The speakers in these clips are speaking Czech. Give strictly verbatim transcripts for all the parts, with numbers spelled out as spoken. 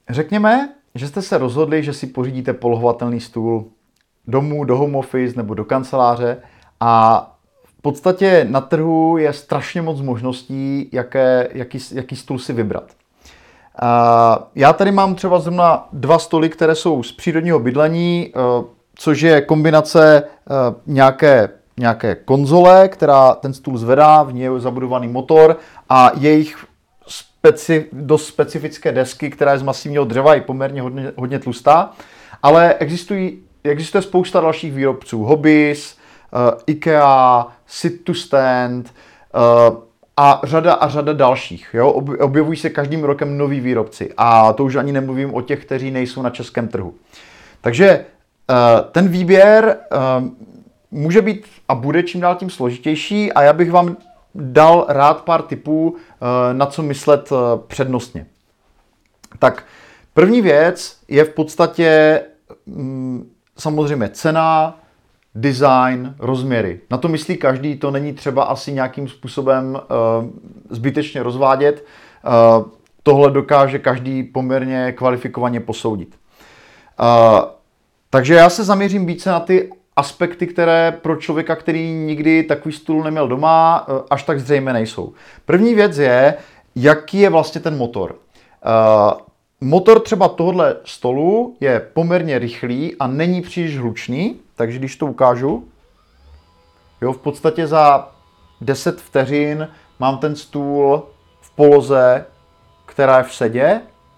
řekněme, že jste se rozhodli, že si pořídíte polohovatelný stůl domů, do home office nebo do kanceláře a v podstatě na trhu je strašně moc možností, jaké, jaký, jaký stůl si vybrat. Já tady mám třeba zrovna dva stoly, které jsou z přírodního bydlení, což je kombinace nějaké, nějaké konzole, která ten stůl zvedá, v ní je zabudovaný motor a jejich speci, dost specifické desky, která je z masivního dřeva, je poměrně hodně, hodně tlustá, ale existují, existuje spousta dalších výrobců, Hobbies, IKEA, Sit to Stand, a řada a řada dalších. Jo? Objevují se každým rokem noví výrobci. A to už ani nemluvím o těch, kteří nejsou na českém trhu. Takže ten výběr může být a bude čím dál tím složitější a já bych vám dal rád pár tipů, na co myslet přednostně. Tak první věc je v podstatě samozřejmě cena, design, rozměry. Na to myslí každý, to není třeba asi nějakým způsobem uh, zbytečně rozvádět. Uh, tohle dokáže každý poměrně kvalifikovaně posoudit. Uh, takže já se zaměřím více na ty aspekty, které pro člověka, který nikdy takový stůl neměl doma, uh, až tak zřejmé nejsou. První věc je, jaký je vlastně ten motor. Uh, motor třeba tohohle stolu je poměrně rychlý a není příliš hlučný, takže když to ukážu, jo, v podstatě za deset vteřin mám ten stůl v poloze, která je v sedě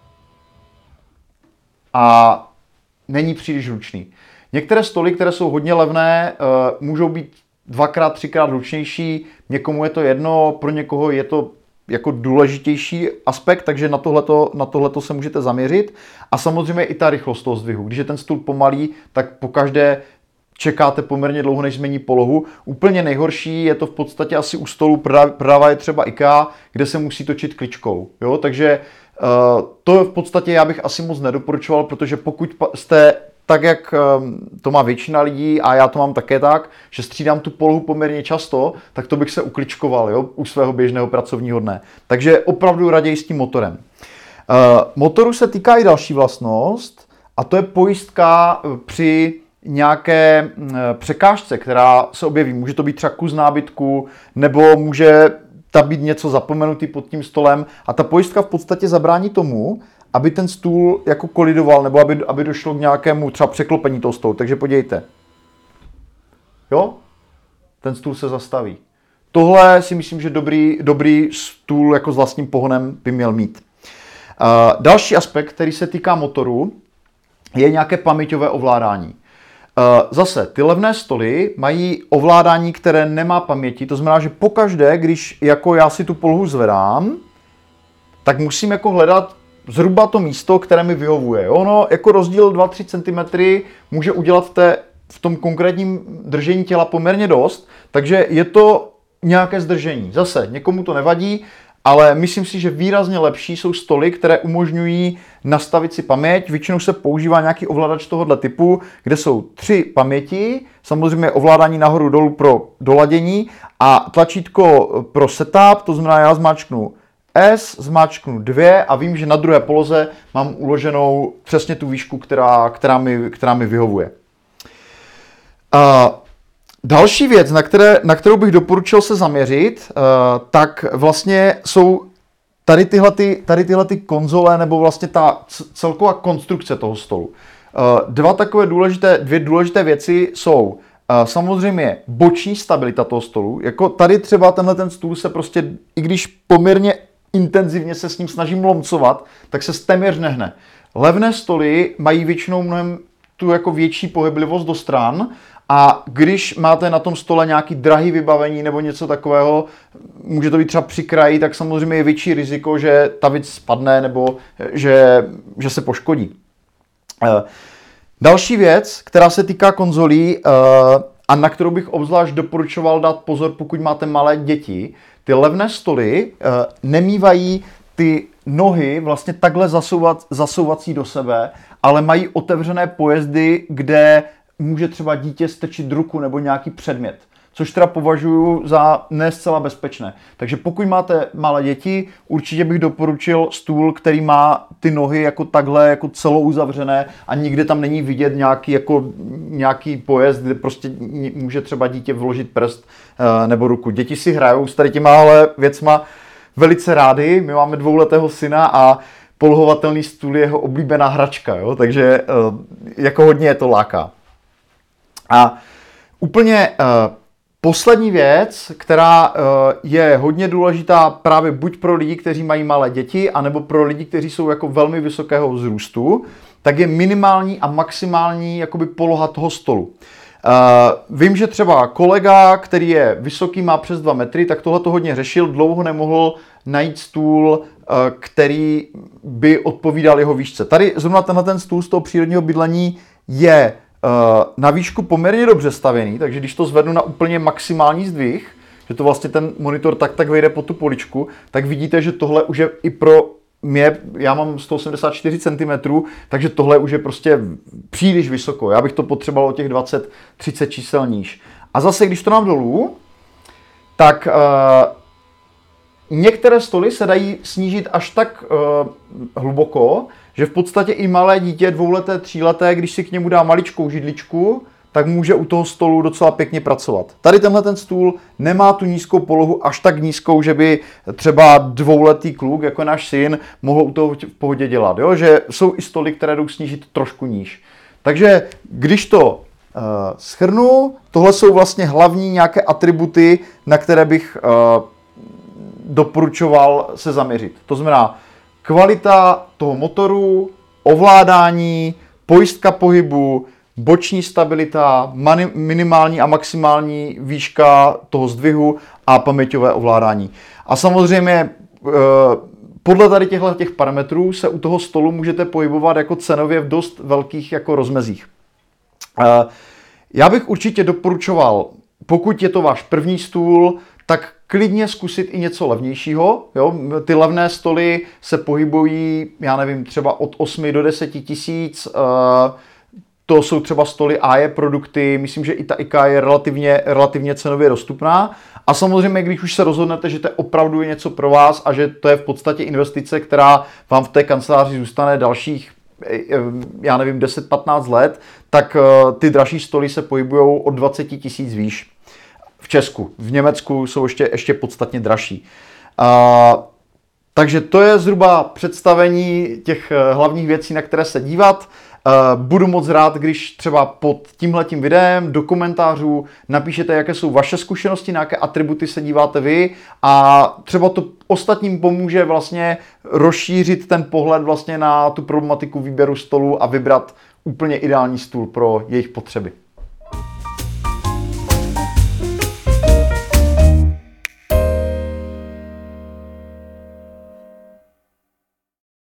a není příliš hlučný. Některé stoly, které jsou hodně levné, můžou být dvakrát, třikrát hlučnější, někomu je to jedno, pro někoho je to jako důležitější aspekt, takže na tohleto, na tohleto se můžete zaměřit. A samozřejmě i ta rychlost toho zdvihu. Když je ten stůl pomalý, tak pokaždé čekáte poměrně dlouho, než změní polohu. Úplně nejhorší je to v podstatě asi u stolu, prodává je třeba IKEA, kde se musí točit kličkou. Jo? Takže uh, to v podstatě já bych asi moc nedoporučoval, protože pokud jste tak, jak um, to má většina lidí a já to mám také tak, že střídám tu polohu poměrně často, tak to bych se ukličkoval, jo? U svého běžného pracovního dne. Takže opravdu raději s tím motorem. Uh, motoru se týká i další vlastnost a to je pojistka při nějaké překážce, která se objeví. Může to být třeba kus nábytku, nebo může tam být něco zapomenutý pod tím stolem a ta pojistka v podstatě zabrání tomu, aby ten stůl jako kolidoval, nebo aby, aby došlo k nějakému třeba překlopení toho stolu. Takže podívejte. Jo? Ten stůl se zastaví. Tohle si myslím, že dobrý, dobrý stůl jako s vlastním pohonem by měl mít. Uh, další aspekt, který se týká motoru, je nějaké paměťové ovládání. Zase, ty levné stoly mají ovládání, které nemá paměti, to znamená, že pokaždé, když jako já si tu polohu zvedám, tak musím jako hledat zhruba to místo, které mi vyhovuje. Ono jako rozdíl dva až tři centimetry může udělat v, té, v tom konkrétním držení těla poměrně dost, takže je to nějaké zdržení. Zase, někomu to nevadí, ale myslím si, že výrazně lepší jsou stoly, které umožňují nastavit si paměť. Většinou se používá nějaký ovladač tohoto typu, kde jsou tři paměti, samozřejmě ovládání nahoru dolů pro doladění a tlačítko pro setup, to znamená, já zmáčknu S, zmáčknu dvě a vím, že na druhé poloze mám uloženou přesně tu výšku, která, která, mi, která mi vyhovuje. Uh, Další věc, na, které, na kterou bych doporučil se zaměřit, uh, tak vlastně jsou tady tyhle, ty, tady tyhle ty konzole nebo vlastně ta celková konstrukce toho stolu. Uh, dva takové důležité, dvě důležité věci jsou uh, samozřejmě boční stabilita toho stolu. Jako tady třeba tenhle ten stůl se prostě, i když poměrně intenzivně se s ním snažím lomcovat, tak se téměř nehne. Levné stoly mají většinou mnohem tu jako větší pohyblivost do stran. A když máte na tom stole nějaký drahý vybavení nebo něco takového, může to být třeba při kraji, tak samozřejmě je větší riziko, že ta věc spadne nebo že, že se poškodí. Další věc, která se týká konzolí a na kterou bych obzvlášť doporučoval dát pozor, pokud máte malé děti, ty levné stoly nemívají ty nohy vlastně takhle zasouvat, zasouvací do sebe, ale mají otevřené pojezdy, kde může třeba dítě strčit ruku nebo nějaký předmět. což teda považuji za ne zcela bezpečné. Takže pokud máte malé děti, určitě bych doporučil stůl, který má ty nohy jako takhle jako celou uzavřené a nikde tam není vidět nějaký, jako, nějaký pojezd, kde prostě může třeba dítě vložit prst nebo ruku. Děti si hrajou s tady těma ale věcma velice rády. My máme dvouletého syna a polohovatelný stůl je jeho oblíbená hračka, jo? Takže jako hodně je to láká. A úplně uh, poslední věc, která uh, je hodně důležitá právě buď pro lidi, kteří mají malé děti, anebo pro lidi, kteří jsou jako velmi vysokého vzrůstu, tak je minimální a maximální jakoby poloha toho stolu. Uh, vím, že třeba kolega, který je vysoký, má přes dva metry, tak tohle to hodně řešil, dlouho nemohl najít stůl, uh, který by odpovídal jeho výšce. Tady zrovna tenhle ten stůl z toho přírodního bydlení je na výšku poměrně dobře stavěný, takže když to zvednu na úplně maximální zdvih, že to vlastně ten monitor tak tak vejde po tu poličku, tak vidíte, že tohle už je i pro mě, já mám sto osmdesát čtyři centimetrů, takže tohle už je prostě příliš vysoko. Já bych to potřeboval o těch dvacet třicet čísel níž. A zase, když to dám dolů, tak uh, některé stoly se dají snížit až tak uh, hluboko, že v podstatě i malé dítě, dvouleté, tříleté, když si k němu dá maličkou židličku, tak může u toho stolu docela pěkně pracovat. Tady tenhle ten stůl nemá tu nízkou polohu až tak nízkou, že by třeba dvouletý kluk, jako náš syn, mohl u toho v pohodě dělat. Jo? Že jsou i stoly, které jdou snížit trošku níž. Takže když to uh, shrnu, tohle jsou vlastně hlavní nějaké atributy, na které bych uh, doporučoval se zaměřit. To znamená, kvalita toho motoru, ovládání, pojistka pohybu, boční stabilita, mani- minimální a maximální výška toho zdvihu a paměťové ovládání. A samozřejmě e, podle tady těchto těch parametrů se u toho stolu můžete pohybovat jako cenově v dost velkých jako rozmezích. E, já bych určitě doporučoval, pokud je to váš první stůl, tak klidně zkusit i něco levnějšího. Jo? Ty levné stoly se pohybují, já nevím, třeba od osmi do deseti tisíc. To jsou třeba stoly á é produkty. Myslím, že i ta IKEA je relativně, relativně cenově dostupná. A samozřejmě, když už se rozhodnete, že to opravdu je něco pro vás a že to je v podstatě investice, která vám v té kanceláři zůstane dalších, já nevím, deset patnáct let, tak ty dražší stoly se pohybují od dvacet tisíc výš. V Česku. V Německu jsou ještě, ještě podstatně dražší. Uh, takže to je zhruba představení těch hlavních věcí, na které se dívat. Uh, budu moc rád, když třeba pod tímhletím videem do komentářů napíšete, jaké jsou vaše zkušenosti, na jaké atributy se díváte vy a třeba to ostatním pomůže vlastně rozšířit ten pohled vlastně na tu problematiku výběru stolu a vybrat úplně ideální stůl pro jejich potřeby.